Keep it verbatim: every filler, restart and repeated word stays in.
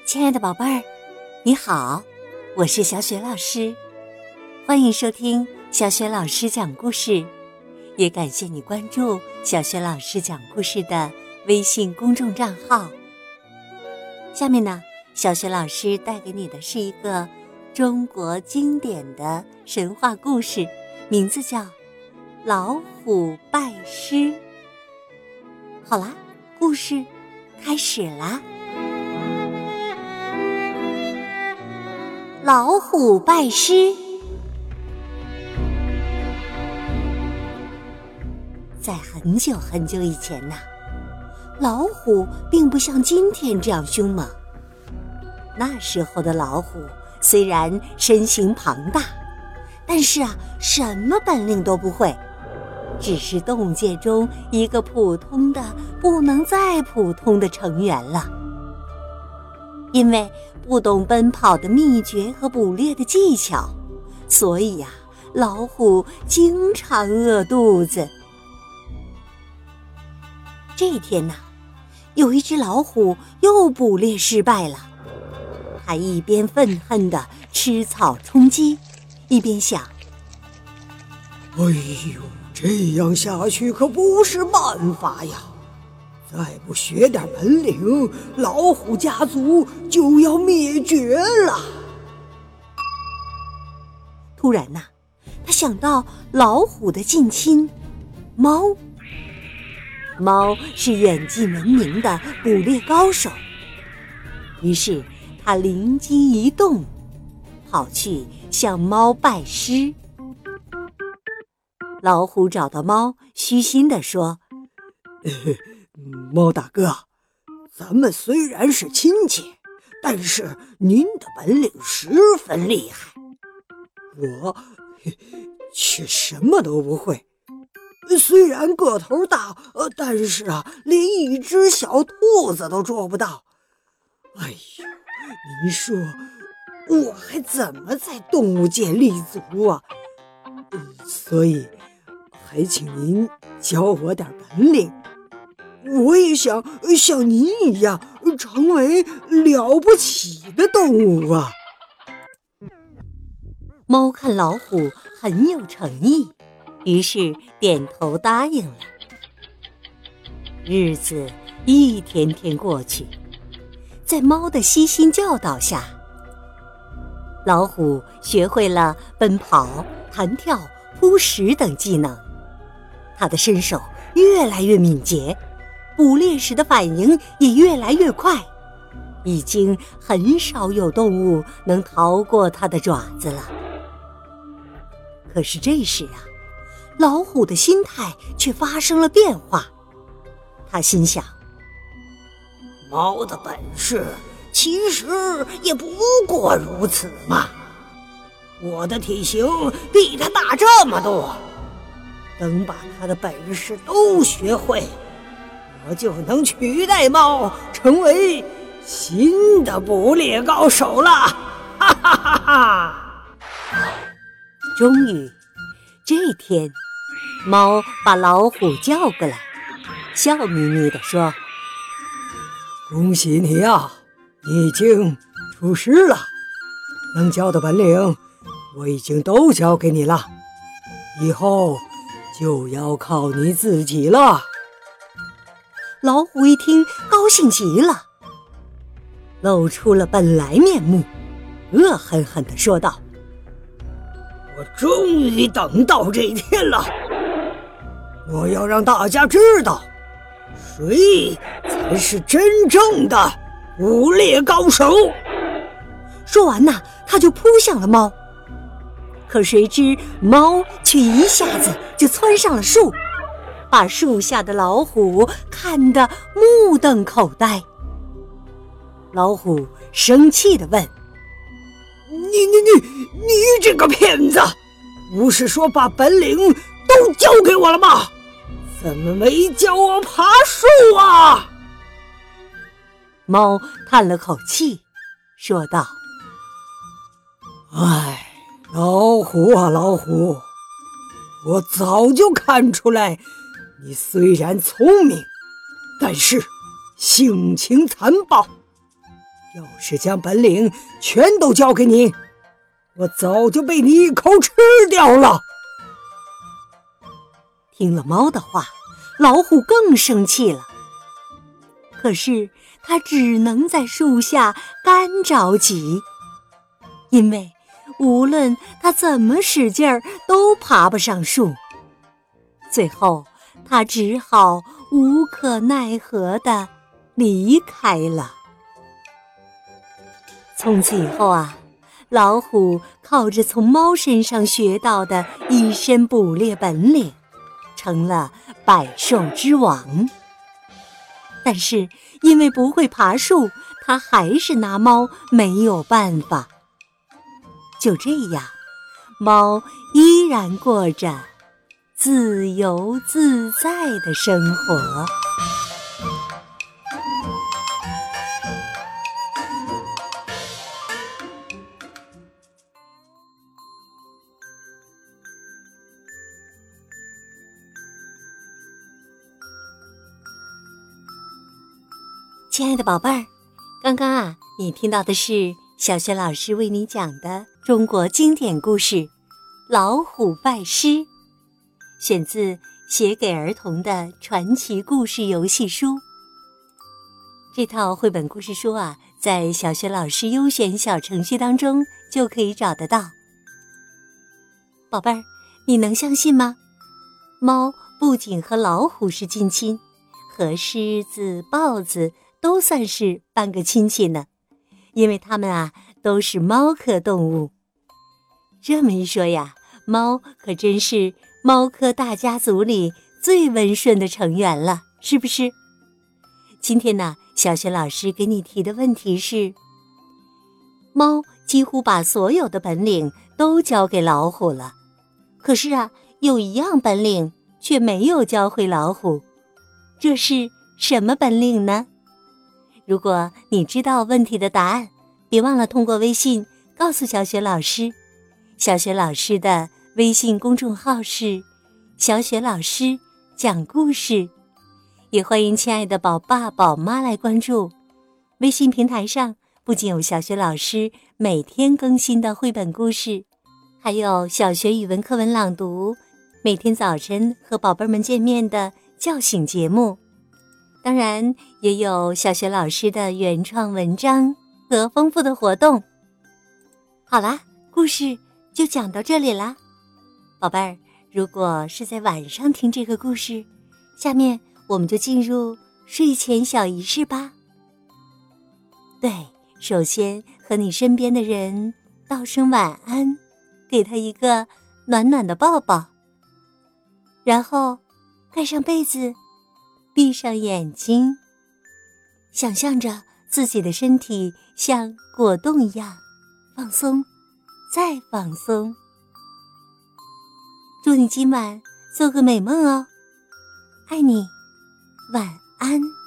亲爱的宝贝儿，你好，我是小雪老师，欢迎收听小雪老师讲故事，也感谢你关注小雪老师讲故事的微信公众账号。下面呢，小雪老师带给你的是一个中国经典的神话故事，名字叫《老虎拜师》。好啦，故事开始啦。老虎拜师。在很久很久以前呐，老虎并不像今天这样凶猛。那时候的老虎虽然身形庞大，但是啊，什么本领都不会，只是动物界中一个普通的不能再普通的成员了。因为不懂奔跑的秘诀和捕猎的技巧，所以呀、啊，老虎经常饿肚子。这一天呢，有一只老虎又捕猎失败了，它一边愤恨地吃草充饥，一边想： 哎呦，这样下去可不是办法呀！再不学点本领，老虎家族就要灭绝了。 突然呐，他想到老虎的近亲猫。猫是远近闻名的捕猎高手，于是他灵机一动，跑去向猫拜师。老虎找到猫，虚心地说： 猫大哥，咱们虽然是亲戚，但是您的本领十分厉害，我却什么都不会。虽然个头大，但是啊，连一只小兔子都捉不到。哎呦，您说我还怎么在动物界立足啊？所以还请您教我点本领，我也想像您一样成为了不起的动物啊！ 猫看老虎很有诚意，于是点头答应了。日子一天天过去，在猫的悉心教导下，老虎学会了奔跑、弹跳、扑食等技能。它的身手越来越敏捷，捕猎时的反应也越来越快，已经很少有动物能逃过它的爪子了。可是这时啊，老虎的心态却发生了变化。他心想： 猫的本事其实也不过如此嘛，我的体型比它大这么多，等把它的本事都学会，我就能取代猫，成为新的捕猎高手了！哈哈哈哈！ 终于，这天，猫把老虎叫过来，笑眯眯地说： 恭喜你啊，你已经出师了，能教的本领我已经都教给你了，以后就要靠你自己了。 老虎一听，高兴极了，露出了本来面目，恶狠狠地说道： 我终于等到这一天了，我要让大家知道，谁才是真正的捕猎高手。 说完呐，他就扑向了猫。可谁知猫却一下子就窜上了树，把树下的老虎看得目瞪口呆。老虎生气地问： 你你你你这个骗子，不是说把本领都交给我了吗？怎么没教我爬树啊？ 猫叹了口气，说道： 唉，老虎啊老虎，我早就看出来，你虽然聪明，但是性情残暴， 要是将本领全都交给你，我早就被你一口吃掉了。 听了猫的话，老虎更生气了。可是它只能在树下干着急，因为无论它怎么使劲儿都爬不上树。最后它只好无可奈何地离开了。从此以后啊，老虎靠着从猫身上学到的一身捕猎本领，成了百兽之王。但是因为不会爬树，它还是拿猫没有办法。就这样，猫依然过着自由自在的生活。亲爱的宝贝儿，刚刚啊，你听到的是小雪老师为你讲的中国经典故事《老虎拜师》，选自写给儿童的传奇故事游戏书。这套绘本故事书啊，在小雪老师优选小程序当中就可以找得到。宝贝儿，你能相信吗？猫不仅和老虎是近亲，和狮子、豹子都算是半个亲戚呢，因为它们啊都是猫科动物。这么一说呀，猫可真是猫科大家族里最温顺的成员了，是不是？今天呢，小雪老师给你提的问题是：猫几乎把所有的本领都交给老虎了，可是啊，有一样本领却没有教会老虎，这是什么本领呢？如果你知道问题的答案，别忘了通过微信告诉小雪老师。小雪老师的微信公众号是小雪老师讲故事，也欢迎亲爱的宝爸宝妈来关注。微信平台上不仅有小雪老师每天更新的绘本故事，还有小学语文课文朗读，每天早晨和宝贝们见面的叫醒节目，当然也有小学老师的原创文章和丰富的活动。好啦，故事就讲到这里啦。宝贝儿，如果是在晚上听这个故事，下面我们就进入睡前小仪式吧。对，首先和你身边的人道声晚安，给他一个暖暖的抱抱，然后盖上被子，闭上眼睛，想象着自己的身体像果冻一样放松，再放松。祝你今晚做个美梦哦，爱你，晚安。